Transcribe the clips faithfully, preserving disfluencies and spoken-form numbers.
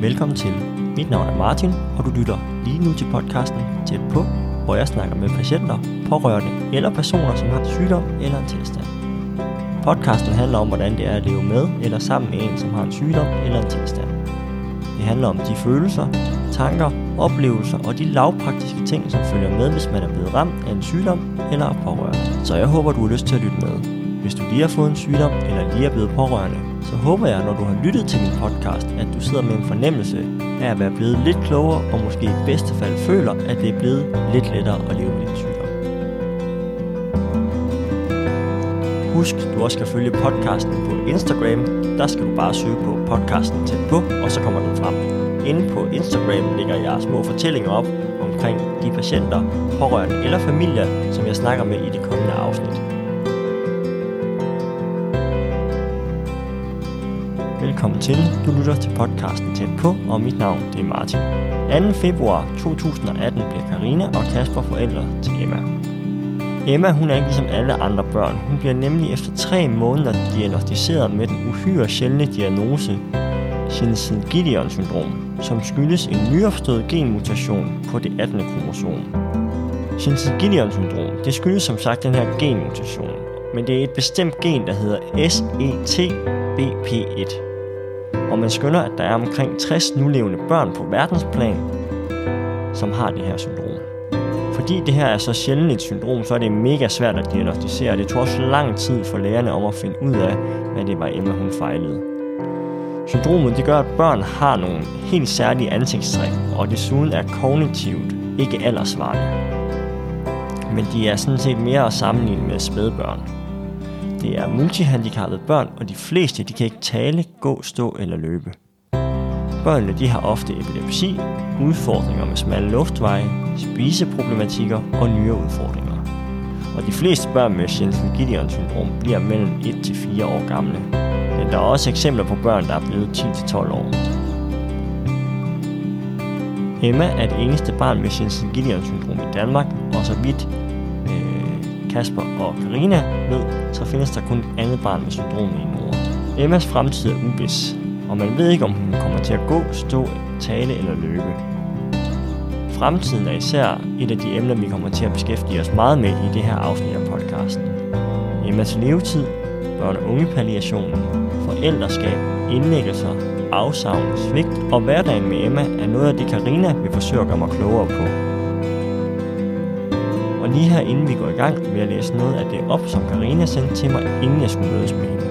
Velkommen til. Mit navn er Martin, og du lytter lige nu til podcasten Tæt på, hvor jeg snakker med patienter, pårørende eller personer, som har sygdom eller en tilstand. Podcasten handler om, hvordan det er at leve med eller sammen med en, som har en sygdom eller en tilstand. Det handler om de følelser, tanker, oplevelser og de lavpraktiske ting, som følger med, hvis man er blevet ramt af en sygdom eller er pårørende. Så jeg håber, du har lyst til at lytte med. Hvis du lige har fået en sygdom eller lige er blevet pårørende, så håber jeg, når du har lyttet til min podcast, at du sidder med en fornemmelse af at være blevet lidt klogere og måske i bedste fald føler, at det er blevet lidt lettere at leve med din sygdom. Husk, du også skal følge podcasten på Instagram. Der skal du bare søge på podcasten Tæt på, og så kommer den frem. Inde på Instagram lægger jeg små fortællinger op omkring de patienter, pårørende eller familier, som jeg snakker med i de kommende afsnit. Velkommen til. Du lytter til podcasten Tæt på, og mit navn det er Martin. anden februar to tusind og atten bliver Karina og Kasper forældre til Emma. Emma, hun er ikke ligesom alle andre børn. Hun bliver nemlig efter tre måneder diagnosticeret med den uhyre sjældne diagnose Shinckel-Guillain-syndrom, som skyldes en nyopstået genmutation på det attende kromosom. Shinckel-Guillain-syndrom, det skyldes som sagt den her genmutation, men det er et bestemt gen, der hedder S E T B P et. Og man skønner, at der er omkring tres nulevende børn på verdensplan, som har det her syndrom. Fordi det her er så sjældent et syndrom, så er det mega svært at diagnosticere. Det tog også lang tid for lægerne om at finde ud af, hvad det var Emma hun fejlede. Syndromet det gør, at børn har nogle helt særlige ansigtstræk, og desuden er kognitivt ikke alderssvarende. Men de er sådan set mere at sammenligne med spædbørn. Det er multihandicappede børn, og de fleste de kan ikke tale, gå, stå eller løbe. Børnene de har ofte epilepsi, udfordringer med smalle luftveje, spiseproblematikker og nyreudfordringer. Og de fleste børn med Shinckel-Guillain-syndrom bliver mellem et til fire år gamle. Men der er også eksempler på børn, der er blevet ti til tolv år. Emma er det eneste barn med Shinckel-Guillain-syndrom i Danmark, og så vidt Kasper og Karina ved, så findes der kun et andet barn med syndromet i Norden. Emmas fremtid er uvis, og man ved ikke, om hun kommer til at gå, stå, tale eller løbe. Fremtiden er især et af de emner, vi kommer til at beskæftige os meget med i det her afsnit af podcasten. Emmas levetid, børn- og ungepalliationen, forældreskab, indlæggelser, afsavn, svigt og hverdagen med Emma er noget af det, Karina vil forsøge at gøre mig klogere på. Og lige her inden vi går i gang, vil jeg læse noget af det op, som Karina sendte til mig, inden jeg skulle mødes med hende.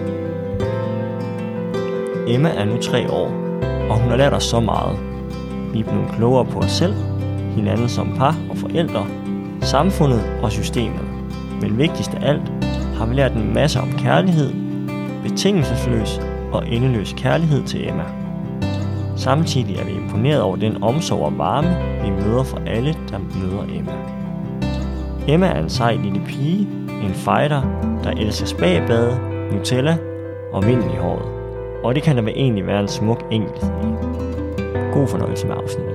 Emma er nu tre år, og hun har lært os så meget. Vi er blevet klogere på os selv, hinanden som par og forældre, samfundet og systemet. Men vigtigst af alt har vi lært en masse om kærlighed, betingelsesløs og endeløs kærlighed til Emma. Samtidig er vi imponeret over den omsorg og varme, vi møder fra alle, der møder Emma. Emma er en sej lille pige, en fighter, der elsker spagbade, Nutella og vinden i håret. Og det kan da egentlig være en smuk enkelhed i. God fornøjelse med afsnittet.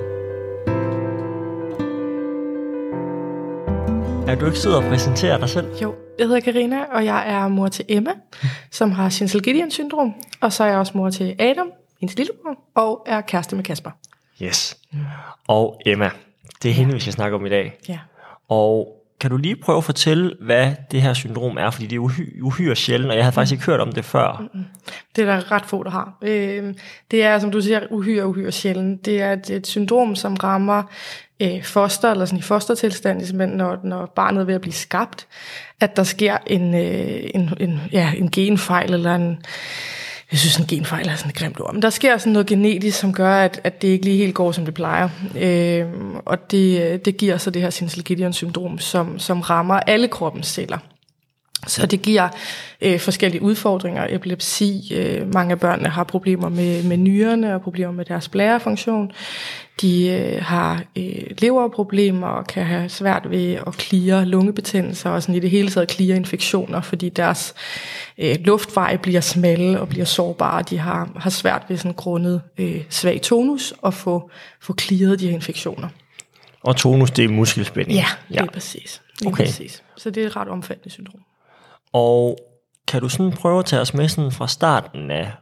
Er du ikke sidder og præsenterer dig selv? Jo, jeg hedder Karina, og jeg er mor til Emma, som har Shinckel-Guillain-syndrom. Og så er jeg også mor til Adam, hendes lillebror, og er kæreste med Kasper. Yes. Og Emma, det er hende, vi skal snakke om i dag. Ja. Og kan du lige prøve at fortælle, hvad det her syndrom er? Fordi det er uhy- uhyre sjældent, og jeg havde faktisk ikke hørt om det før. Mm-mm. Det er der ret få, der har. Øh, det er, som du siger, uhyre, uhyre sjældent. Det er et, et syndrom, som rammer øh, foster, eller sådan i fostertilstand, ligesom når, når barnet er ved at blive skabt, at der sker en, øh, en, en, ja, en genfejl, eller en... Jeg synes, en genfejl er sådan et grimt ord. Men der sker sådan noget genetisk, som gør, at, at det ikke lige helt går, som det plejer. Øh, og det, det giver så det her Shinckel-Guillain-syndrom, som, som rammer alle kroppens celler. Så det giver øh, forskellige udfordringer, epilepsi. Øh, mange af børnene har problemer med, med nyrerne og problemer med deres blærefunktion. De øh, har øh, leverproblemer og kan have svært ved at cleare lungebetændelser og sådan i det hele taget cleare infektioner, fordi deres øh, luftveje bliver smalle og bliver sårbare. De har, har svært ved sådan grundet øh, svag tonus at få, få clearet de her infektioner. Og tonus, det er muskelspænding? Ja, det er ja. præcis. Lige okay. præcis. Så det er et ret omfattende syndrom. Og kan du sådan prøve at tage os med sådan fra starten af,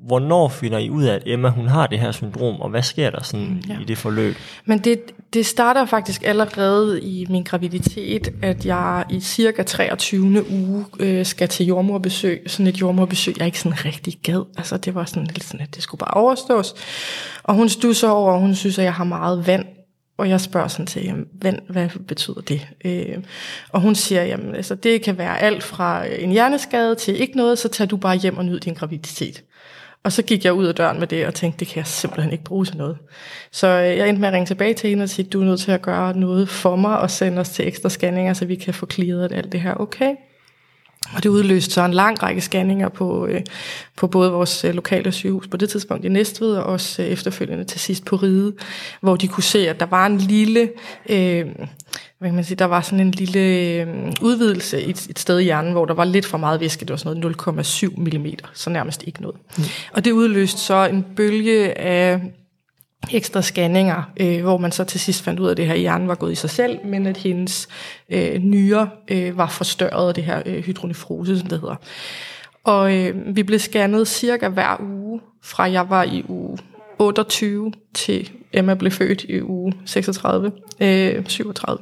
hvornår finder I ud af, at Emma hun har det her syndrom, og hvad sker der sådan ja. i det forløb? Men det, det starter faktisk allerede i min graviditet, at jeg i cirka treogtyvende uge øh, skal til jordemorbesøg. Sådan et jordemorbesøg, jeg ikke sådan rigtig gad. Altså det var sådan lidt sådan, at det skulle bare overstås. Og hun stusser over, og hun synes, at jeg har meget vand. Og jeg spørger sådan til, jamen, vand, hvad betyder det? Øh, og hun siger, jamen altså, det kan være alt fra en hjerneskade til ikke noget, så tager du bare hjem og nyd din graviditet. Og så gik jeg ud af døren med det og tænkte, det kan jeg simpelthen ikke bruge til noget. Så øh, jeg endte med at ringe tilbage til hende og sige, du er nødt til at gøre noget for mig og sende os til ekstra scanninger, så vi kan få clearet alt det her okay. Og det udløste så en lang række scanninger på, øh, på både vores øh, lokale sygehus på det tidspunkt i Næstved, og også øh, efterfølgende til sidst på Ride, hvor de kunne se, at der var en lille, øh, hvad kan man sige, der var sådan en lille øh, udvidelse et, et sted i hjernen, hvor der var lidt for meget væske, det var sådan noget nul komma syv millimeter, så nærmest ikke noget. Mm. Og det udløste så en bølge af ekstra scanninger, øh, hvor man så til sidst fandt ud af, at det her hjernen var gået i sig selv, men at hendes øh, nyrer øh, var forstørret af det her øh, hydronefrose, som det hedder. Og øh, vi blev scannet cirka hver uge, fra jeg var i uge otteogtyve til Emma blev født i uge seksogtredive, øh, syvogtredive.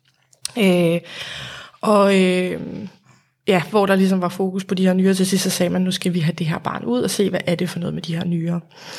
Øh, og øh, ja, hvor der ligesom var fokus på de her nyrer, til sidst så sagde man, nu skal vi have det her barn ud og se, hvad er det for noget med de her nyrer.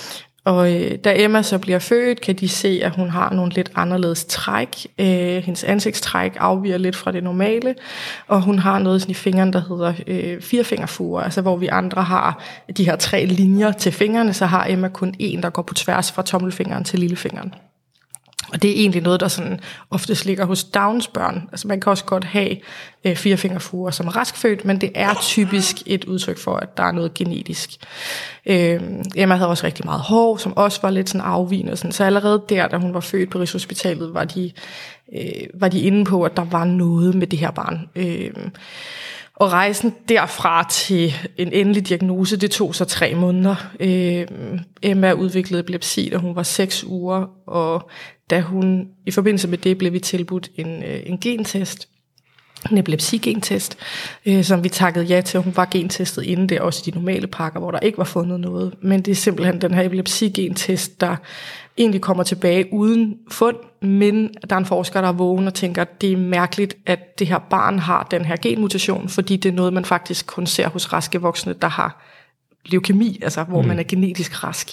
Og øh, da Emma så bliver født, kan de se, at hun har nogle lidt anderledes træk. Øh, hendes ansigtstræk afviger lidt fra det normale, og hun har noget sådan i fingeren, der hedder øh, firefingerfuger, altså hvor vi andre har de her tre linjer til fingrene, så har Emma kun en, der går på tværs fra tommelfingeren til lillefingeren. Og det er egentlig noget, der sådan oftest ligger hos Downs børn. Altså man kan også godt have øh, firefingerfuger som raskfødt, men det er typisk et udtryk for, at der er noget genetisk. Øh, Emma havde også rigtig meget hår, som også var lidt sådan afvigende. Sådan. Så allerede der, da hun var født på Rigshospitalet, var de, øh, var de inde på, at der var noget med det her barn. Øh, Og rejsen derfra til en endelig diagnose, det tog så tre måneder. Øh, Emma udviklede epilepsi, da hun var seks uger, og da hun, i forbindelse med det, blev vi tilbudt en, en gentest, en epilepsi-gentest, øh, som vi takkede ja til. Hun var gentestet inden det, også i de normale pakker, hvor der ikke var fundet noget. Men det er simpelthen den her epilepsi-gentest, der egentlig kommer tilbage uden fund, men der er en forsker, der er vågen og tænker, at det er mærkeligt, at det her barn har den her genmutation, fordi det er noget, man faktisk kun ser hos raske voksne, der har leukemi, altså hvor mm. man er genetisk rask.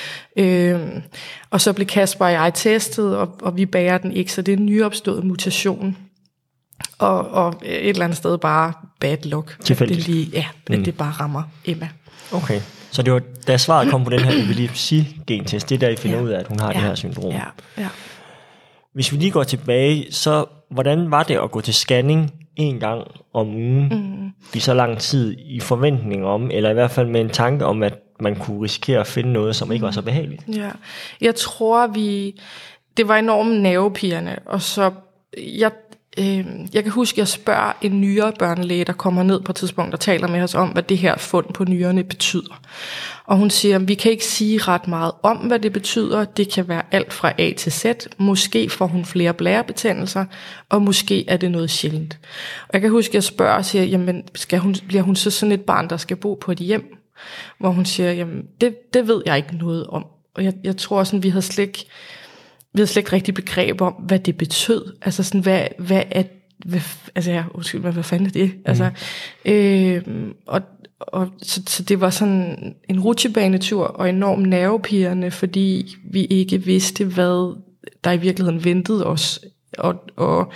Øhm, og så blev Kasper og jeg testet, og, og vi bærer den ikke, så det er en nyopstået mutation. Og, og et eller andet sted bare bad luck. Tilfældigt. At det lige, ja, at mm. det bare rammer Emma. Okay, så det var, da svaret kom på den her epilepsi-gentest, det er der, I finder ja. ud af, at hun har ja. det her syndrom. Ja. Ja. Hvis vi lige går tilbage, så hvordan var det at gå til scanning en gang om ugen mm. i så lang tid i forventning om, eller i hvert fald med en tanke om, at man kunne risikere at finde noget, som ikke var så behageligt? Ja, jeg tror, vi... Det var enormt nervepirrende, og så... Jeg Jeg kan huske, at jeg spørger en nyere børnelæge, der kommer ned på et tidspunkt og taler med os om, hvad det her fund på nyrerne betyder. Og hun siger, at vi kan ikke sige ret meget om, hvad det betyder. Det kan være alt fra A til Z. Måske får hun flere blærebetændelser, og måske er det noget sjældent. Og jeg kan huske, at jeg spørger og siger, jamen, skal hun, bliver hun så sådan et barn, der skal bo på et hjem? Hvor hun siger, jamen, det, det ved jeg ikke noget om. Og jeg, jeg tror sådan, vi havde slet ikke... Vi havde slet ikke rigtig begreb om, hvad det betød. Altså sådan, hvad, hvad er, hvad, altså ja, undskyld mig, hvad fanden er det? Mm. Altså, øh, og, og så, så det var sådan en rutsjebanetur, og enormt nervepirrende, fordi vi ikke vidste, hvad der i virkeligheden ventede os. Og, og,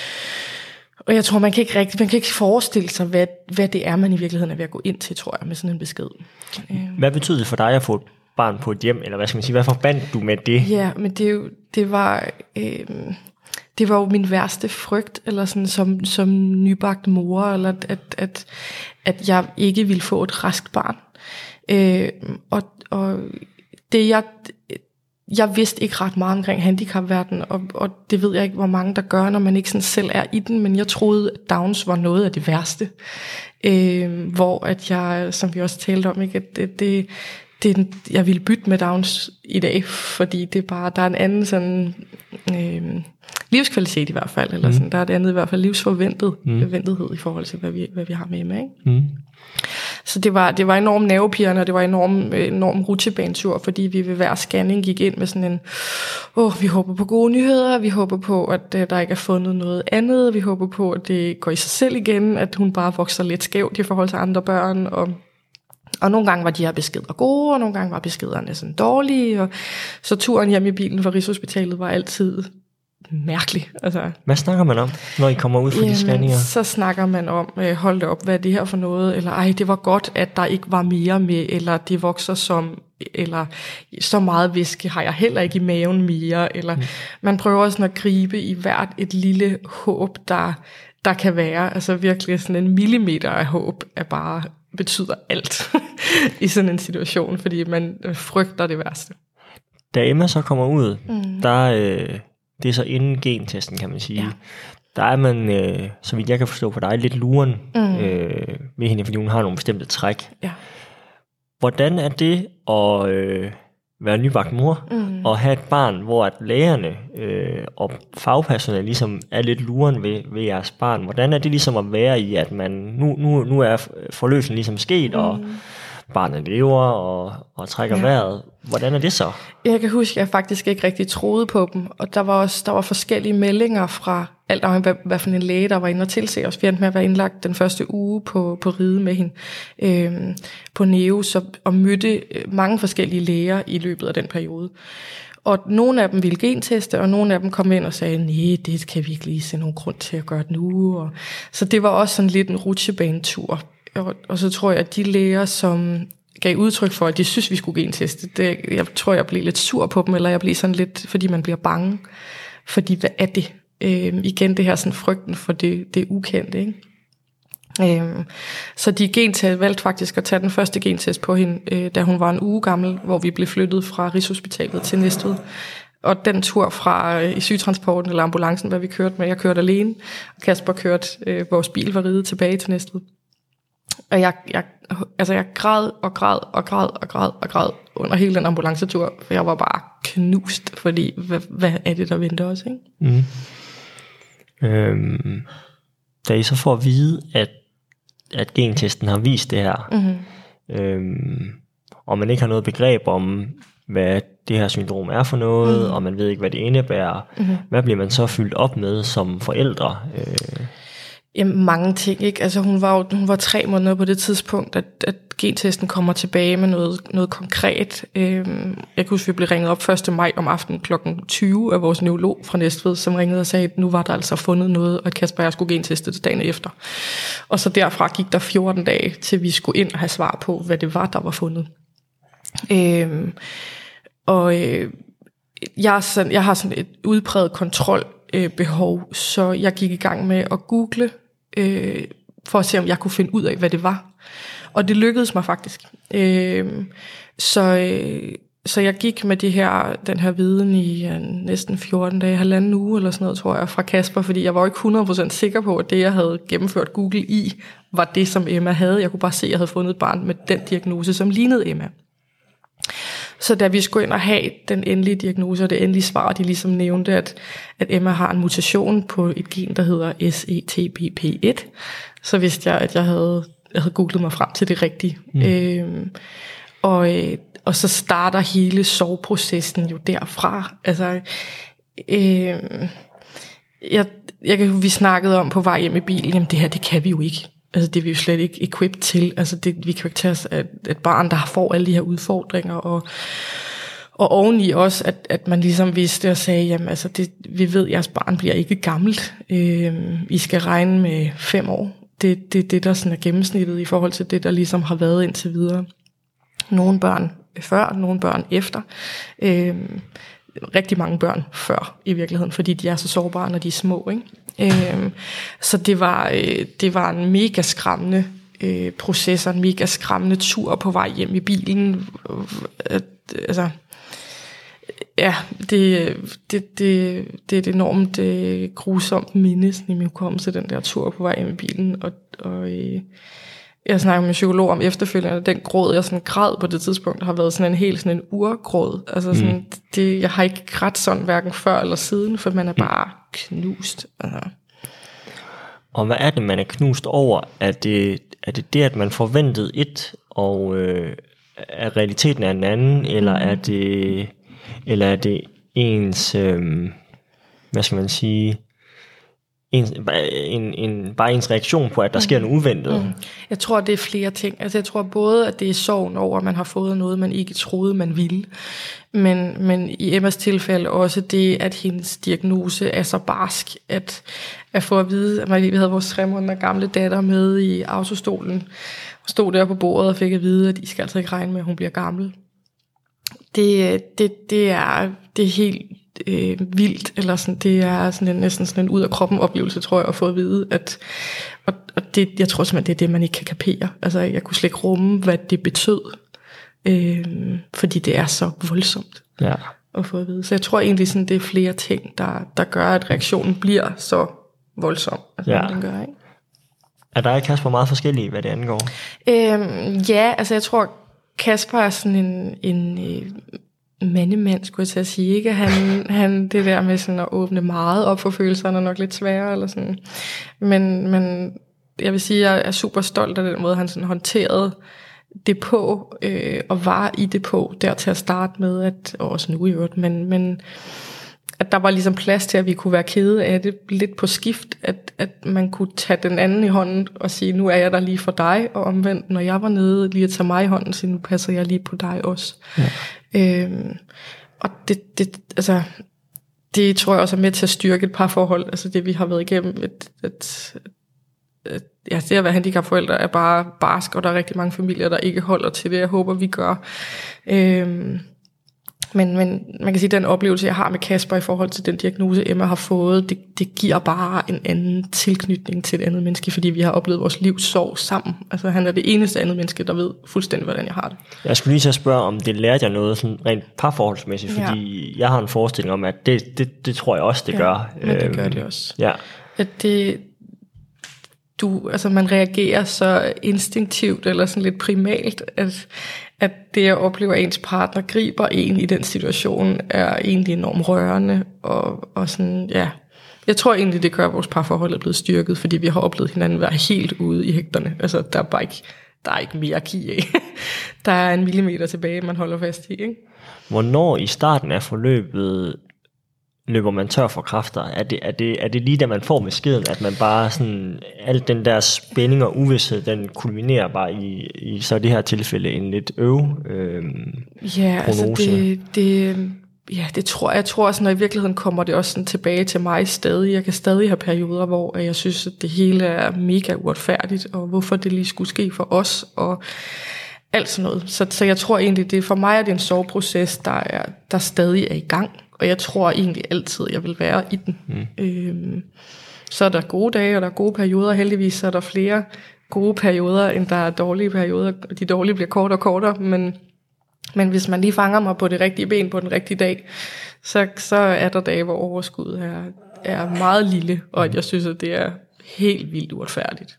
og jeg tror, man kan ikke rigtig, man kan ikke forestille sig, hvad, hvad det er, man i virkeligheden er ved at gå ind til, tror jeg, med sådan en besked. Hvad betyder det for dig at få et barn på et hjem, eller hvad skal man sige, hvad forbandt du med det? Ja, men det, er jo, det var øh, det var jo min værste frygt, eller sådan som, som nybagt mor, eller at, at, at jeg ikke ville få et raskt barn. Øh, og, og det jeg, jeg vidste ikke ret meget omkring handicapverdenen, og, og det ved jeg ikke, hvor mange der gør, når man ikke sådan selv er i den, men jeg troede, at Downs var noget af det værste. Øh, hvor at jeg, som vi også talte om, ikke, at det, det Det, jeg ville bytte med Downs i dag, fordi det er bare, der er en anden sådan, øh, livskvalitet i hvert fald, eller mm. sådan, der er et andet i hvert fald livsforventet mm. forventethed i forhold til, hvad vi, hvad vi har med Emma. Ikke? Mm. Så det var, det var enormt nervepirrende, og det var enormt enorm rutsjebanetur, fordi vi ved hver scanning gik ind med sådan en, åh, oh, vi håber på gode nyheder, vi håber på, at der ikke er fundet noget andet, vi håber på, at det går i sig selv igen, at hun bare vokser lidt skævt i forhold til andre børn, og Og nogle gange var de her beskeder gode, og nogle gange var beskederne sådan dårlige. Og så turen hjem i bilen fra Rigshospitalet var altid mærkelig. Altså, hvad snakker man om, når I kommer ud fra de scanninger? Så snakker man om, øh, hold det op, hvad er det her for noget? Eller ej, det var godt, at der ikke var mere med, eller det vokser som, eller så meget væske har jeg heller ikke i maven mere. Eller mm. man prøver sådan at gribe i hvert et lille håb, der, der kan være. Altså virkelig sådan en millimeter af håb er bare betyder alt i sådan en situation, fordi man frygter det værste. Da Emma så kommer ud, mm. der, øh, det er så inden gentesten, kan man sige. Ja. Der er man, øh, så vidt jeg kan forstå på dig, lidt luren mm. øh, ved hende, fordi hun har nogle bestemte træk. Ja. Hvordan er det at øh, være nybagt mor mm. og have et barn, hvor at lægerne øh, og fagpersonale ligesom er lidt luren ved, ved jeres barn? Hvordan er det ligesom at være i, at man nu, nu, nu er forløselsen ligesom sket, mm. og barnet lever og, og trækker ja. vejret? Hvordan er det så? Jeg kan huske, at jeg faktisk ikke rigtig troede på dem, og der var også der var forskellige meldinger fra alt afhængig af, hvad for en læge, der var inde og tilse os. Vi endte med at være indlagt den første uge på, på ride med hende øh, på Neo, så, og mødte mange forskellige læger i løbet af den periode. Og nogle af dem ville genteste, og nogle af dem kom ind og sagde, nej, det kan vi ikke lige se nogen grund til at gøre det nu. Og, så det var også sådan lidt en rutsjebanetur. Og, og så tror jeg, at de læger, som gav udtryk for, at de synes, vi skulle genteste, det, jeg tror, jeg blev lidt sur på dem, eller jeg blev sådan lidt, fordi man bliver bange. Fordi hvad er det? Øh, igen det her sådan frygten for det, det ukendte, ikke? Øh, så de gentest valgte faktisk at tage den første gentest på hende, øh, da hun var en uge gammel, hvor vi blev flyttet fra Rigshospitalet til Næstved. Og den tur fra øh, i sygetransporten eller ambulancen, hvad vi kørte med, jeg kørte alene, og Kasper kørte, øh, vores bil var ridet tilbage til Næstved. Og jeg, jeg, altså jeg græd og græd og græd og græd og græd under hele den ambulancetur, for jeg var bare knust, fordi hvad, hvad er det, der venter os, ikke? Mm. Øhm, da I så får at vide, at, at gentesten har vist det her, mm-hmm. øhm, og man ikke har noget begreb om, hvad det her syndrom er for noget, mm. og man ved ikke, hvad det indebærer, mm-hmm. hvad bliver man så fyldt op med som forældre? Øh, Jamen, mange ting, ikke? Altså hun var jo, hun var tre måneder på det tidspunkt, at, at gentesten kommer tilbage med noget, noget konkret. Øhm, jeg kan huske, vi blev ringet op første maj om aftenen klokken tyve af vores neurolog fra Næstved, som ringede og sagde, at nu var der altså fundet noget, og at Kasper og jeg skulle genteste det dagen efter. Og så derfra gik der fjorten dage, til vi skulle ind og have svar på, hvad det var, der var fundet. Øhm, og øh, jeg, er sådan, jeg har sådan et udpræget kontrolbehov, så jeg gik i gang med at google, øh, for at se, om jeg kunne finde ud af, hvad det var. Og det lykkedes mig faktisk. Øh, så, øh, så jeg gik med det her, den her viden i uh, næsten fjorten dage, halvanden uge eller sådan noget, tror jeg, fra Kasper, fordi jeg var jo ikke hundrede procent sikker på, at det, jeg havde gennemført Google i, var det, som Emma havde. Jeg kunne bare se, at jeg havde fundet et barn med den diagnose, som lignede Emma. Så da vi skulle ind og have den endelige diagnose og det endelige svar, de ligesom nævnte, at, at Emma har en mutation på et gen, der hedder S E T B P et, så vidste jeg, at jeg havde, jeg havde googlet mig frem til det rigtige. Mm. Øhm, og, og så starter hele sorgprocessen jo derfra. Altså, øhm, jeg, jeg kan, vi snakkede om på vej hjem i bilen, jamen det her, det kan vi jo ikke. Altså det er vi jo slet ikke equipped til. Altså det, vi kan jo ikke tage os af et barn, der får alle de her udfordringer, og, og oveni også, at, at man ligesom vidste og sagde, jamen altså det, vi ved, at jeres barn bliver ikke gammelt. Øh, I skal regne med fem år. Det er det, det, der sådan er gennemsnittet i forhold til det, der ligesom har været indtil videre. Nogle børn før, nogle børn efter. Øh, rigtig mange børn før i virkeligheden, fordi de er så sårbare, når de er små, ikke? Øhm, så det var, øh, det var en mega skræmmende øh, proces, en mega skræmmende tur på vej hjem i bilen. Øh, altså, ja, det, det, det, det er et enormt øh, grusomt minde i min hukommelse, den der tur på vej hjem i bilen. Og, og øh, jeg snakker med en psykolog om efterfølgende, den gråd, jeg sådan græd på det tidspunkt, har været sådan en helt sådan en urgråd. Altså sådan, mm. det, jeg har ikke grædt sådan hverken før eller siden, for man er bare knust. Altså. Og hvad er det, man er knust over? Er det er det, det at man forventede et, og øh, er realiteten er en anden, eller er det, eller er det ens, øh, hvad skal man sige, en, en, en, bare ens reaktion på, at der sker noget uventet? Mm. Jeg tror, det er flere ting. Altså, jeg tror både, at det er sorgen over, at man har fået noget, man ikke troede, man ville. Men, men i Emmas tilfælde også det, at hendes diagnose er så barsk, at, at få at vide, at vi havde vores tre måneder gamle datter med i autostolen, og stod der på bordet og fik at vide, at I skal altså ikke regne med, at hun bliver gammel. Det, det, det, er, det er helt øh, vildt, eller sådan, det er sådan en, næsten sådan en ud af kroppen oplevelse, tror jeg, at få at vide, at, og, og det, jeg tror simpelthen, det er det, man ikke kan kapere. Altså, jeg kunne slet ikke rumme, hvad det betød, øh, fordi det er så voldsomt ja. At få at vide. Så jeg tror egentlig, sådan, det er flere ting, der, der gør, at reaktionen bliver så voldsom, altså, ja. den gør, ikke? Er dig og Kasper meget forskellige, hvad det angår? Øhm, ja, altså jeg tror, Kasper er sådan en, en øh, mandemand, skulle jeg til at sige, ikke? Han, han, det der med sådan at åbne meget op for følelserne er nok lidt sværere, eller sådan. Men, men jeg vil sige, at jeg er super stolt af den måde, han sådan håndterede det på, øh, og var i det på, der til at starte med, at, og også nu i øvrigt, men, men at der var ligesom plads til, at vi kunne være kede af det lidt på skift, at, at man kunne tage den anden i hånden og sige, nu er jeg der lige for dig, og omvendt, når jeg var nede, lige at tage mig i hånden, så nu passer jeg lige på dig også. Ja. Øhm, og det, det, altså, det tror jeg også er med til at styrke et par forhold, altså det vi har været igennem, at, at, at ja, det at være handicapforældre er bare barsk, og der er rigtig mange familier, der ikke holder til det, jeg håber vi gør. Øhm, Men, men man kan sige, at den oplevelse, jeg har med Kasper i forhold til den diagnose, Emma har fået, det, det giver bare en anden tilknytning til et andet menneske, fordi vi har oplevet vores livs sorg sammen. Altså han er det eneste andet menneske, der ved fuldstændig, hvordan jeg har det. Jeg skulle lige til at spørge, om det lærte jeg noget sådan rent parforholdsmæssigt, fordi ja. Jeg har en forestilling om, at det, det, det tror jeg også, det ja, gør. Men det gør det også. Ja. At det... Du, altså man reagerer så instinktivt eller sådan lidt primalt, at, at det at opleve, at ens partner griber en i den situation, er egentlig enormt rørende, og, og sådan, ja. Jeg tror egentlig, det gør, at vores parforhold er blevet styrket, fordi vi har oplevet hinanden være helt ude i hægterne. Altså, der er bare ikke, der er ikke mere at give af. Der er en millimeter tilbage, man holder fast i, ikke? Hvornår i starten af forløbet løber man tør for kræfter? Er det, er det, er det lige da man får beskeden, at man bare sådan, al den der spænding og uvished, den kulminerer bare i, i så det her tilfælde en lidt øv øh, ja, prognose? Altså det, det, ja, det tror jeg. Jeg tror også, når i virkeligheden kommer det også sådan tilbage til mig stadig. Jeg kan stadig have perioder, hvor jeg synes, at det hele er mega uretfærdigt, og hvorfor det lige skulle ske for os, og alt sådan noget. Så, så jeg tror egentlig, det for mig er det en sorgproces, der, er, der stadig er i gang. Og jeg tror egentlig altid, jeg vil være i den. Mm. Øhm, så er der gode dage, og der er gode perioder. Heldigvis så er der flere gode perioder, end der er dårlige perioder. De dårlige bliver kortere og kortere. Men, men hvis man lige fanger mig på det rigtige ben på den rigtige dag, så, så er der dage, hvor overskuddet er, er meget lille. Og at jeg synes, at det er helt vildt uretfærdigt.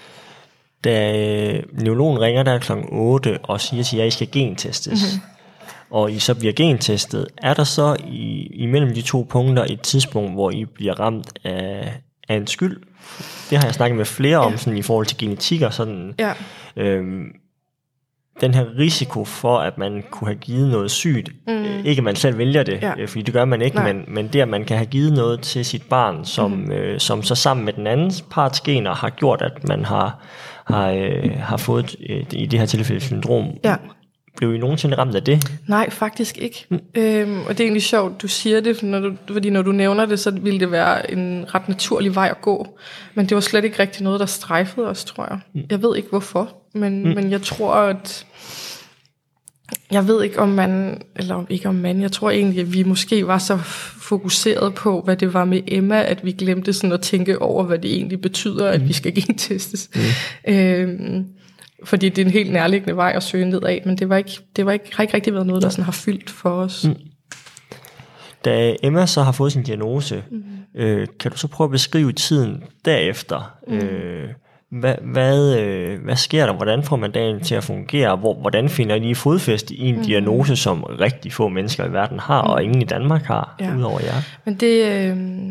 Da neurologen ringer der klokken otte og siger til jer, at I skal gentestes, mm-hmm. og I så bliver gentestet, er der så i, imellem de to punkter et tidspunkt, hvor I bliver ramt af, af en skyld? Det har jeg snakket med flere om, ja. Sådan i forhold til genetik og sådan. Ja. Øhm, den her risiko for, at man kunne have givet noget sygt, mm. ikke at man selv vælger det, ja. fordi det gør man ikke, men, men det, at man kan have givet noget til sit barn, som, mm. øh, som så sammen med den anden parts gener har gjort, at man har, har, øh, har fået øh, i det her tilfælde syndrom. Ja. Blev I nogensinde ramt af det? Nej, faktisk ikke. Mm. Øhm, og det er egentlig sjovt, du siger det, når du, fordi når du nævner det, så ville det være en ret naturlig vej at gå. Men det var slet ikke rigtig noget, der strejfede os, tror jeg. Mm. Jeg ved ikke hvorfor, men, mm. men jeg tror, at... Jeg ved ikke, om man... Eller ikke om man... Jeg tror egentlig, at vi måske var så fokuseret på, hvad det var med Emma, at vi glemte sådan at tænke over, hvad det egentlig betyder, at mm. vi skal gentestes. Mm. Øhm, Fordi det er en helt nærliggende vej at søge nedad, men det var ikke, det var ikke, har ikke rigtig været noget, der sådan har fyldt for os. Mm. Da Emma så har fået sin diagnose, mm. øh, kan du så prøve at beskrive tiden derefter? Mm. Øh, hvad, hvad, øh, hvad sker der? Hvordan får man dagen til at fungere? Hvor, hvordan finder I fodfæste i en mm. diagnose, som rigtig få mennesker i verden har, mm. og ingen i Danmark har, ja. Udover jer? Men det... Øh,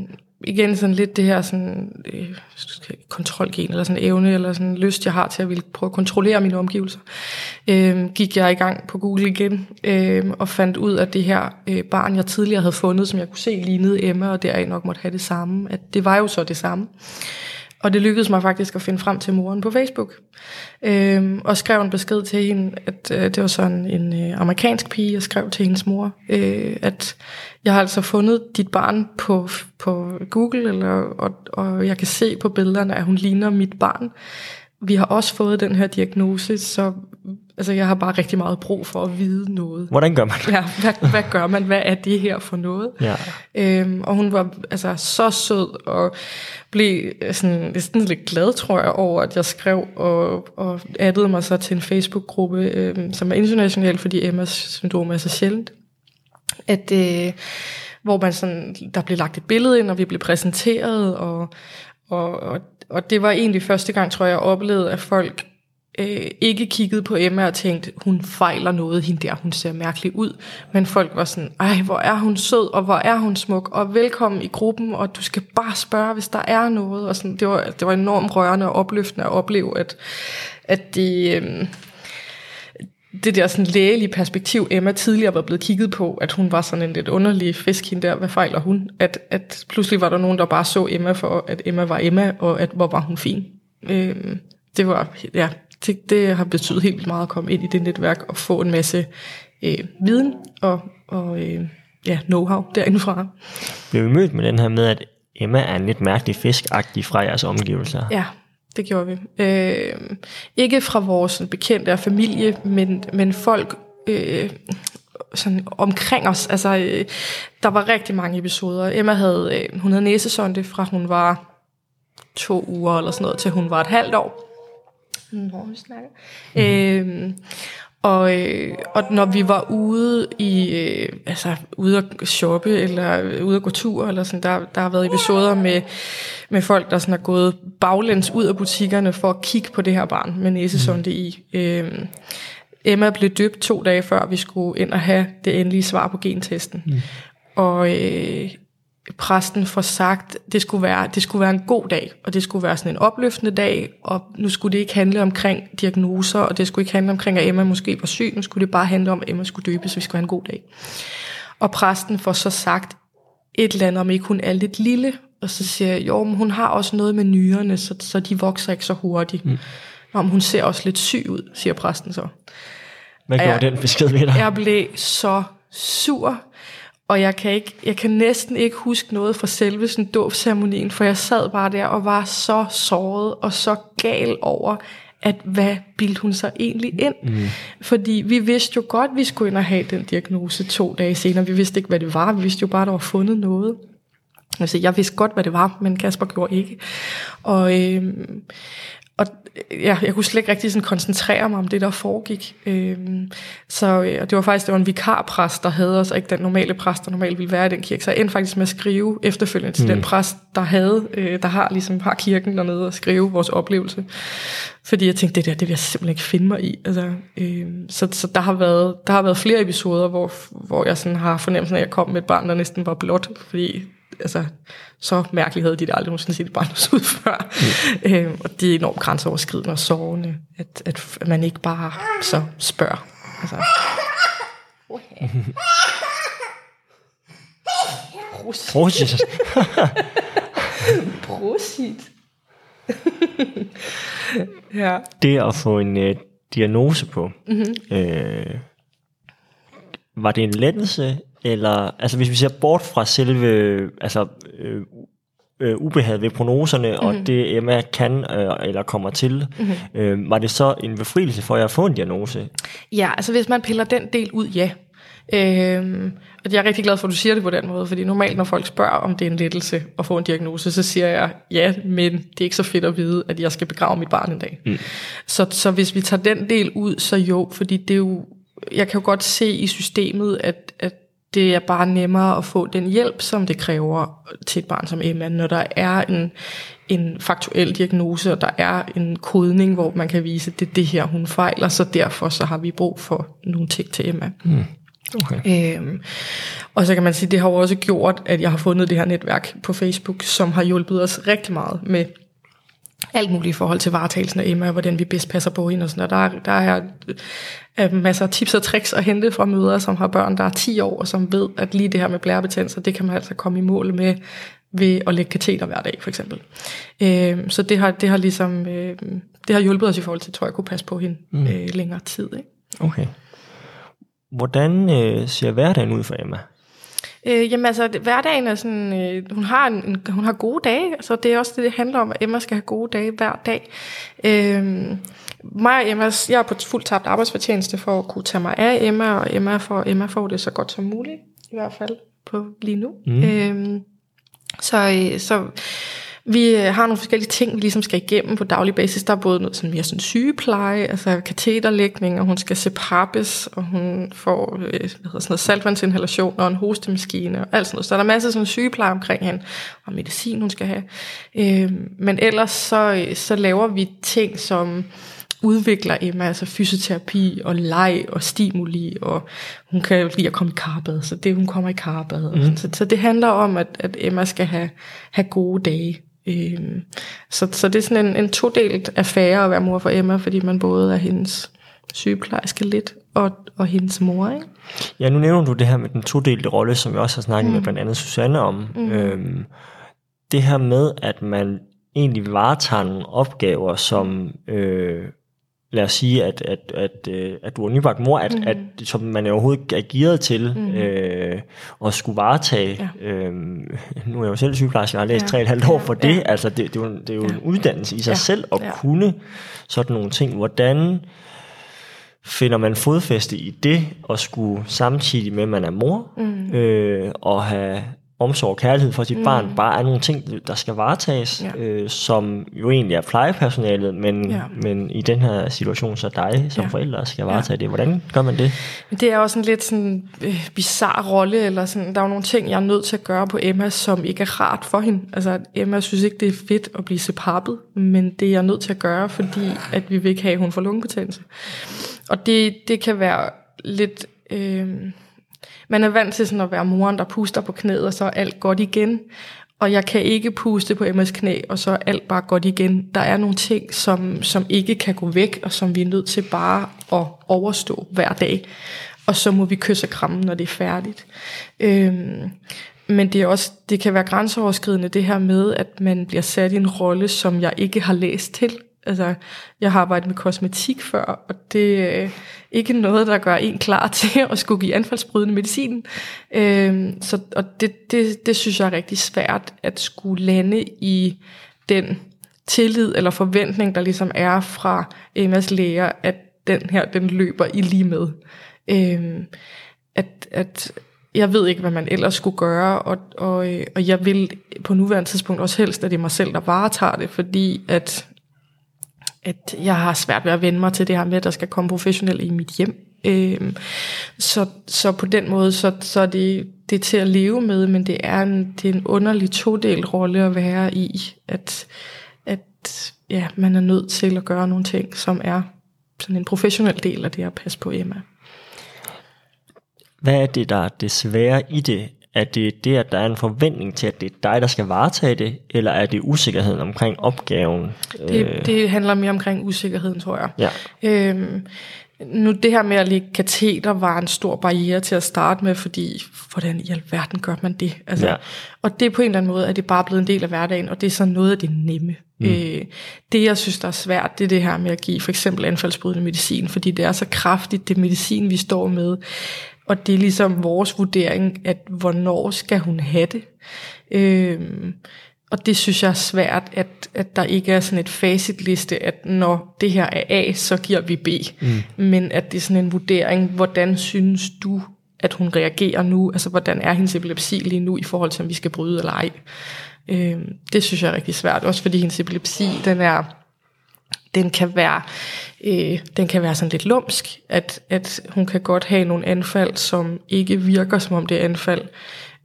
igen sådan lidt det her sådan, øh, kontrolgen, eller sådan evne, eller sådan lyst, jeg har til at ville prøve at kontrollere mine omgivelser, øh, gik jeg i gang på Google igen, øh, og fandt ud af det her øh, barn, jeg tidligere havde fundet, som jeg kunne se lignede Emma, og deraf nok måtte have det samme, at det var jo så det samme. Og det lykkedes mig faktisk at finde frem til moren på Facebook. Øhm, og skrev en besked til hende, at øh, det var sådan en øh, amerikansk pige, jeg skrev til hendes mor, øh, at jeg har altså fundet dit barn på, på Google, eller, og, og jeg kan se på billederne, at hun ligner mit barn. Vi har også fået den her diagnose, så altså, jeg har bare rigtig meget brug for at vide noget. Hvordan gør man det? Ja, hvad, hvad gør man? Hvad er det her for noget? Ja. Øhm, og hun var altså så sød, og blev sådan, sådan lidt glad, tror jeg, over, at jeg skrev, og, og addede mig så til en Facebook-gruppe, øhm, som er international, fordi Emmas syndrom er så sjældent. At, øh, hvor man sådan, der blev lagt et billede ind, og vi blev præsenteret, og, og, og, og det var egentlig første gang, tror jeg, jeg oplevede, at folk øh, ikke kiggede på Emma og tænkte, hun fejler noget, hende der, hun ser mærkelig ud. Men folk var sådan, ej, hvor er hun sød, og hvor er hun smuk, og velkommen i gruppen, og du skal bare spørge, hvis der er noget. Og sådan, det var, det var enormt rørende og opløftende at opleve, at, at det... Øh, det der sådan lægelige perspektiv, Emma tidligere var blevet kigget på, at hun var sådan en lidt underlig fisk, hende der, hvad fejler hun? At, at pludselig var der nogen, der bare så Emma for, at Emma var Emma, og at hvor var hun fin. Øhm, det var, ja, det, det har betydet helt vildt meget at komme ind i det netværk og få en masse øh, viden og, og øh, ja, know-how derindefra. Blev vi mødt med den her med, at Emma er en lidt mærkelig fiskagtig fra jeres omgivelser? Ja. Det gjorde vi. Øh, ikke fra vores bekendte og familie, men, men folk øh, sådan omkring os. Altså, øh, der var rigtig mange episoder. Emma havde, øh, hun havde næsesonde fra hun var to uger eller sådan noget, til hun var et halvt år. Når vi snakker. Mm-hmm. Øh, og, øh, og når vi var ude i, øh, altså ude at shoppe, eller ude at gå tur, eller sådan, der, der har været episoder med, med folk, der sådan er gået baglæns ud af butikkerne for at kigge på det her barn med næsesonde i. Øh, Emma blev døbt to dage før, vi skulle ind og have det endelige svar på gentesten. Mm. Og øh, præsten får sagt, det skulle være, det skulle være en god dag, og det skulle være sådan en opløftende dag, og nu skulle det ikke handle omkring diagnoser, og det skulle ikke handle omkring, at Emma måske var syg, nu skulle det bare handle om, at Emma skulle døbes, så vi skulle have en god dag. Og præsten får så sagt et eller andet, om ikke hun er lidt lille, og så siger jeg, jo, men hun har også noget med nyrerne, så, så de vokser ikke så hurtigt. Mm. Nå, men hun ser også lidt syg ud, siger præsten så. Hvad gjorde jeg, den besked ved dig? Jeg blev så sur, og jeg kan, ikke, jeg kan næsten ikke huske noget fra selve sådan dåbsceremonien, for jeg sad bare der og var så såret og så gal over, at hvad bildte hun sig egentlig ind? Mm. Fordi vi vidste jo godt, at vi skulle ind og have den diagnose to dage senere. Vi vidste ikke, hvad det var. Vi vidste jo bare, at der var fundet noget. Altså, jeg vidste godt, hvad det var, men Kasper gjorde ikke. Og... Øhm, Og ja, jeg kunne slet ikke rigtig sådan koncentrere mig om det, der foregik. Øhm, så og det var faktisk det var en vikarpræst, der havde os, og ikke den normale præst, der normalt ville være i den kirke. Så jeg endte faktisk med at skrive efterfølgende til mm. den præst, der havde, øh, der har ligesom har kirken dernede, og skrive vores oplevelse. Fordi jeg tænkte, det der, det vil jeg simpelthen ikke finde mig i. Altså, øh, så så der, har været, der har været flere episoder, hvor, hvor jeg sådan har fornemmelsen af, at jeg kom med et barn, der næsten var blåt, fordi... Altså, så mærkeligt havde de det aldrig nogensinde set et barn ud før. Mm. Øhm, og det er enormt grænseoverskridende og sårende, at, at man ikke bare så spørger. Altså. Prosit. Prosit. Ja. Det at få en øh, diagnose på, mm-hmm. øh, var det en lettelse? Eller, altså hvis vi ser bort fra selve altså, øh, øh, ubehaget ved prognoserne, mm-hmm. og det Emma kan øh, eller kommer til, mm-hmm. øh, var det så en befrielse for jer at få en diagnose? Ja, altså hvis man piller den del ud, ja. Øhm, og jeg er rigtig glad for, at du siger det på den måde, fordi normalt når folk spørger, om det er en lettelse at få en diagnose, så siger jeg, ja, men det er ikke så fedt at vide, at jeg skal begrave mit barn en dag. Mm. Så, så hvis vi tager den del ud, så jo, fordi det er jo, jeg kan jo godt se i systemet, at, at det er bare nemmere at få den hjælp, som det kræver til et barn som Emma, når der er en, en faktuel diagnose, og der er en kodning, hvor man kan vise, at det er det her, hun fejler, så derfor så har vi brug for nogle ting til Emma. Mm. Okay. Øhm, og så kan man sige, det har jo også gjort, at jeg har fundet det her netværk på Facebook, som har hjulpet os rigtig meget med alt muligt i forhold til varetagelsen af Emma, og hvordan vi bedst passer på hende og sådan. Og der, der er, er masser af tips og tricks at hente fra mødre, som har børn, der er ti år, og som ved, at lige det her med blærebetændelser, det kan man altså komme i mål med ved at lægge kateter hver dag, for eksempel. Øhm, så det har, det har ligesom, øh, det har hjulpet os i forhold til, tror jeg, kunne passe på hende mm. øh, længere tid. Ikke? Okay. Hvordan øh, ser hverdagen ud for Emma? Øh, jamen altså, hverdagen er sådan, øh, hun, har en, en, hun har gode dage, så det er også det, det handler om, at Emma skal have gode dage hver dag. Øh, mig og Emma, jeg er på fuldt tabt arbejdsfortjeneste for at kunne tage mig af Emma, og Emma får, Emma får det så godt som muligt, i hvert fald på lige nu. Mm. Øh, så, så vi har nogle forskellige ting, vi ligesom skal igennem på daglig basis. Der er både noget sådan mere sådan sygepleje, altså kateterlægning, og hun skal se pappes, og hun får hvad hedder sådan noget, saltvandsinhalation og en hostemaskine og alt sådan noget. Så der er masser af sådan sygepleje omkring hende, og medicin hun skal have. Øh, men ellers så, så laver vi ting, som udvikler Emma, altså fysioterapi og leg og stimuli, og hun kan jo lide at komme i karbad, så det hun kommer i karbad. Mm. Så, så det handler om, at, at Emma skal have, have gode dage. Øhm, så, så det er sådan en, en todelt affære at være mor for Emma, fordi man både er hendes sygeplejerske lidt, og, og hendes mor, ikke? Ja, nu nævner du det her med den todelte rolle, som vi også har snakket mm. med blandt andet Susanne om. Mm. Øhm, det her med, at man egentlig varetager nogle opgaver, som øh, lad os sige, at, at, at, at du er nybagt mor, at, mm. at, som man overhovedet er gearet til mm. øh, at skulle varetage. Ja. Øh, nu er jeg jo selv sygeplejerske, jeg har læst ja. tre og et halvt år for det. Ja. Altså, det, det er jo, det er jo ja. en uddannelse i sig ja. selv at ja. kunne sådan nogle ting. Hvordan finder man fodfæste i det, og skulle samtidig med, at man er mor, mm. øh, og have omsorg og kærlighed for sit mm. barn, bare er nogle ting, der skal varetages, ja. øh, som jo egentlig er plejepersonalet, men, ja. men i den her situation, så dig som ja. forældre skal varetage ja. det. Hvordan gør man det? Det er også en lidt sådan øh, bizarre rolle, eller sådan, der er jo nogle ting, jeg er nødt til at gøre på Emma, som ikke er rart for hende. Altså, Emma synes ikke, det er fedt at blive sepappet, men det er jeg nødt til at gøre, fordi at vi vil ikke have, at hun får lungebetændelse. Og det, det kan være lidt... Øh, Man er vant til sådan at være moren, der puster på knæet, og så er alt godt igen. Og jeg kan ikke puste på Emmas knæ, og så er alt bare godt igen. Der er nogle ting, som, som ikke kan gå væk, og som vi er nødt til bare at overstå hver dag. Og så må vi kysse og kramme, når det er færdigt. Øhm, men det, er også, det kan være grænseoverskridende, det her med, at man bliver sat i en rolle, som jeg ikke har læst til. Altså, jeg har arbejdet med kosmetik før, og det er ikke noget, der gør en klar til at skulle give anfaldsbrydende medicin. Øhm, så, og det, det, det synes jeg er rigtig svært, at skulle lande i den tillid eller forventning, der ligesom er fra Emmas læger, at den her, den løber i lige med. Øhm, at, at jeg ved ikke, hvad man ellers skulle gøre, og, og, og jeg vil på nuværende tidspunkt også helst, at det er mig selv, der varetager det, fordi at at jeg har svært ved at vende mig til det her med, at der skal komme professionelle i mit hjem. Øhm, så, så på den måde, så, så er det, det er til at leve med, men det er en, det er en underlig todelt rolle at være i, at, at ja, man er nødt til at gøre nogle ting, som er sådan en professionel del af det at passe på Emma. Hvad er det, der er det svære i det? Er det det, at der er en forventning til, at det er dig, der skal varetage det, eller er det usikkerheden omkring opgaven? Det, det handler mere omkring usikkerheden, tror jeg. Ja. Øhm, nu det her med at lægge kateter var en stor barriere til at starte med, fordi hvordan i alverden gør man det? Altså, ja. Og det på en eller anden måde er det bare blevet en del af hverdagen, og det er så noget af det nemme. Mm. Øh, det jeg synes, der er svært, det er det her med at give for eksempel anfaldsbrydende medicin, fordi det er så kraftigt, det medicin, vi står med. Og det er ligesom vores vurdering, at hvornår skal hun have det. Øhm, og det synes jeg er svært, at, at der ikke er sådan et facitliste, at når det her er A, så giver vi B. Mm. Men at det er sådan en vurdering, hvordan synes du, at hun reagerer nu? Altså hvordan er hendes epilepsi lige nu i forhold til, om vi skal bryde eller ej? Øhm, det synes jeg er rigtig svært, også fordi hendes epilepsi, den er... Den kan være, øh, den kan være sådan lidt lumsk, at, at hun kan godt have nogle anfald, som ikke virker som om det er anfald,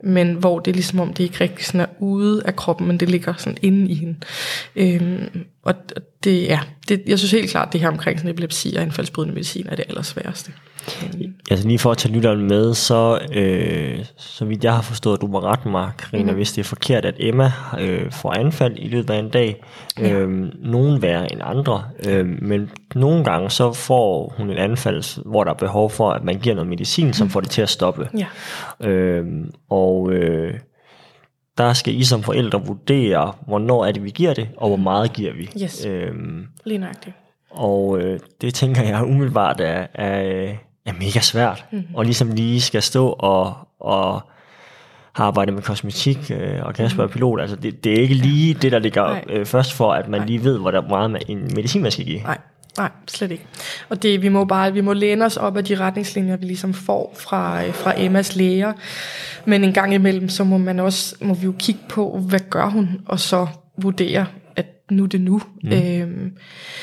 men hvor det er ligesom om, det ikke rigtig sådan er ude af kroppen, men det ligger sådan inde i hende. Øhm, og det, ja, det, jeg synes helt klart, det her omkring sådan epilepsi og anfaldsbrydende medicin er det allersværeste. Øhm. Altså lige for at tage lytteren med, så, øh, så vidt jeg har forstået, du må rette mig, Karina, mm. hvis det er forkert, at Emma øh, får anfald i løbet af en dag. Ja. Øh, nogen værre end andre, øh, men nogle gange så får hun en anfald, hvor der er behov for, at man giver noget medicin, som mm. får det til at stoppe. Ja. Øh, og øh, der skal I som forældre vurdere, hvornår er det, vi giver det, og hvor meget giver vi. Yes. Øh, Lige nøjagtigt. Og øh, det tænker jeg umiddelbart er, er, er mega svært. Mm. Og ligesom lige skal stå og, og har arbejdet med kosmetik øh, og Kasper mm. er pilot. Altså det, det er ikke lige det, der ligger øh, først for, at man Nej. lige ved, hvor der meget med en medicin, man skal give. Nej. Nej, slet ikke. Og det, vi må bare, vi må læne os op af de retningslinjer, vi ligesom får fra, fra Emmas læger. Men en gang imellem, så må man også, må vi jo kigge på, hvad gør hun, og så vurdere, at nu er det nu. Mm. Øhm,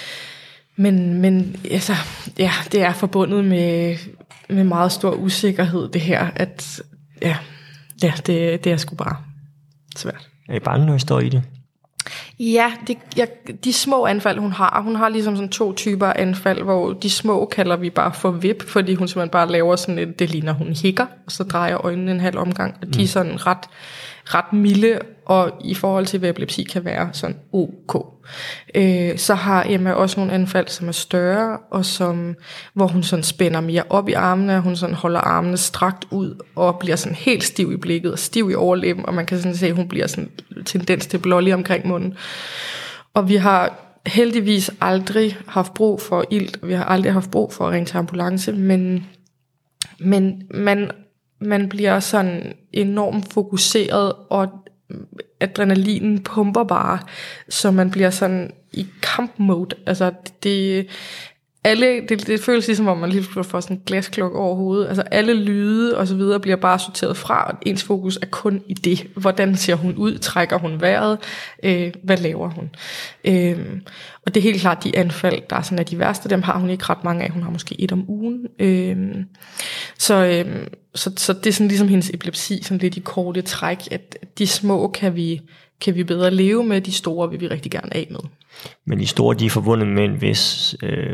men, men altså, ja, det er forbundet med, med meget stor usikkerhed, det her, at ja, ja det, det er sgu bare svært. Er I bange, når I står i det? Ja, det, ja, de små anfald, hun har, hun har ligesom sådan to typer anfald, hvor de små kalder vi bare for vip, fordi hun simpelthen bare laver sådan et, det ligner, hun hikker, og så drejer øjnene en halv omgang, og de er sådan ret, ret milde, og i forhold til, hvad epilepsi kan være, sådan ok. Øh, så har Emma også nogle anfald, som er større, og som, hvor hun sådan spænder mere op i armene, og hun sådan holder armene strakt ud, og bliver sådan helt stiv i blikket, og stiv i overlæben, og man kan sådan se, at hun bliver sådan tendens til blålig omkring munden. Og vi har heldigvis aldrig haft brug for ilt, og vi har aldrig haft brug for at ringe til ambulance, men, men man, man bliver sådan enormt fokuseret, og adrenalinen pumper bare, så man bliver sådan i kampmode. Altså det, alle, det, det føles ligesom, om man lige får sådan en glasklokke over hovedet. Altså alle lyde og så videre bliver bare sorteret fra, og ens fokus er kun i det. Hvordan ser hun ud? Trækker hun vejret? Øh, hvad laver hun? Øh, og det er helt klart de anfald, der er sådan, at de værste, dem har hun ikke ret mange af. Hun har måske et om ugen. Øh, så, øh, så, så det er sådan ligesom hendes epilepsi, sådan lidt i korte træk, at de små kan vi, kan vi bedre leve med, de store vil vi rigtig gerne af med. Men de store, de er forbundet med en vis øh,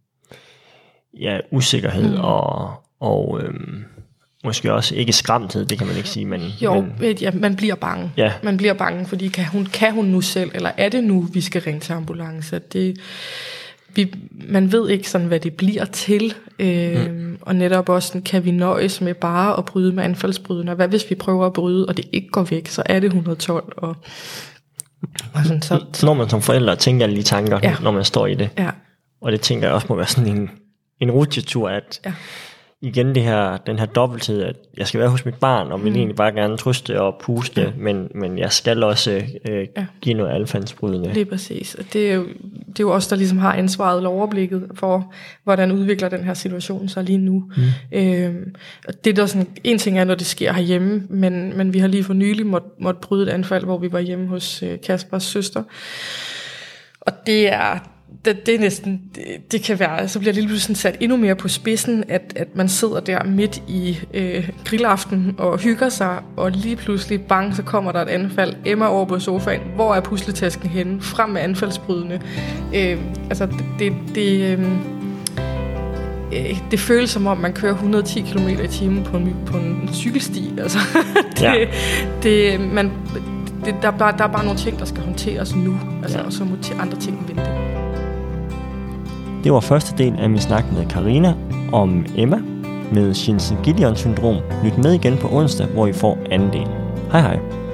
ja, usikkerhed mm. og, og øh, måske også ikke skræmthed, det kan man ikke sige. Men, jo, men, ja, man bliver bange. Ja. Man bliver bange, fordi kan hun, kan hun nu selv, eller er det nu, vi skal ringe til ambulance? Det, vi, man ved ikke sådan, hvad det bliver til. Øh, mm. Og netop også, sådan, kan vi nøjes med bare at bryde med anfaldsbrydende? Hvad hvis vi prøver at bryde, og det ikke går væk, så er det et hundrede og tolv, og sådan, så, så når man som forældre tænker alle de tanker, ja. når man står i det. Ja. Og det tænker jeg også må være sådan en, en rutsjetur, at ja. igen det her, den her dobbelthed, at jeg skal være hos mit barn, og vil mm. egentlig bare gerne trøste og puste, ja. men, men jeg skal også øh, ja. give noget anfaldsbrydende. Lige præcis. Og det er, jo, det er jo os, der ligesom har ansvaret eller overblikket for, hvordan udvikler den her situation så lige nu. Mm. Øhm, og det der sådan, en ting er, når det sker herhjemme, men, men vi har lige for nylig måtte, måtte bryde et anfald, hvor vi var hjemme hos øh, Kaspers søster. Og det er... Det, det er næsten, det, det kan være, så bliver det lige pludselig sat endnu mere på spidsen, at, at man sidder der midt i øh, grillaften og hygger sig, og lige pludselig, bang, så kommer der et anfald. Emma over på sofaen, hvor er pusletasken henne? Frem med anfaldsbrydende. Øh, altså, det, det, øh, øh, det føles som om, man kører et hundrede og ti kilometer i timen på en, på en cykelsti. Altså, det, ja. det, man, det, der, der, der er bare nogle ting, der skal håndteres nu, altså, ja. og så må andre ting vente. Det var første del af min snak med Karina om Emma med Jensen-Gillion syndrom. Lyt med igen på onsdag, hvor I får anden del. Hej hej.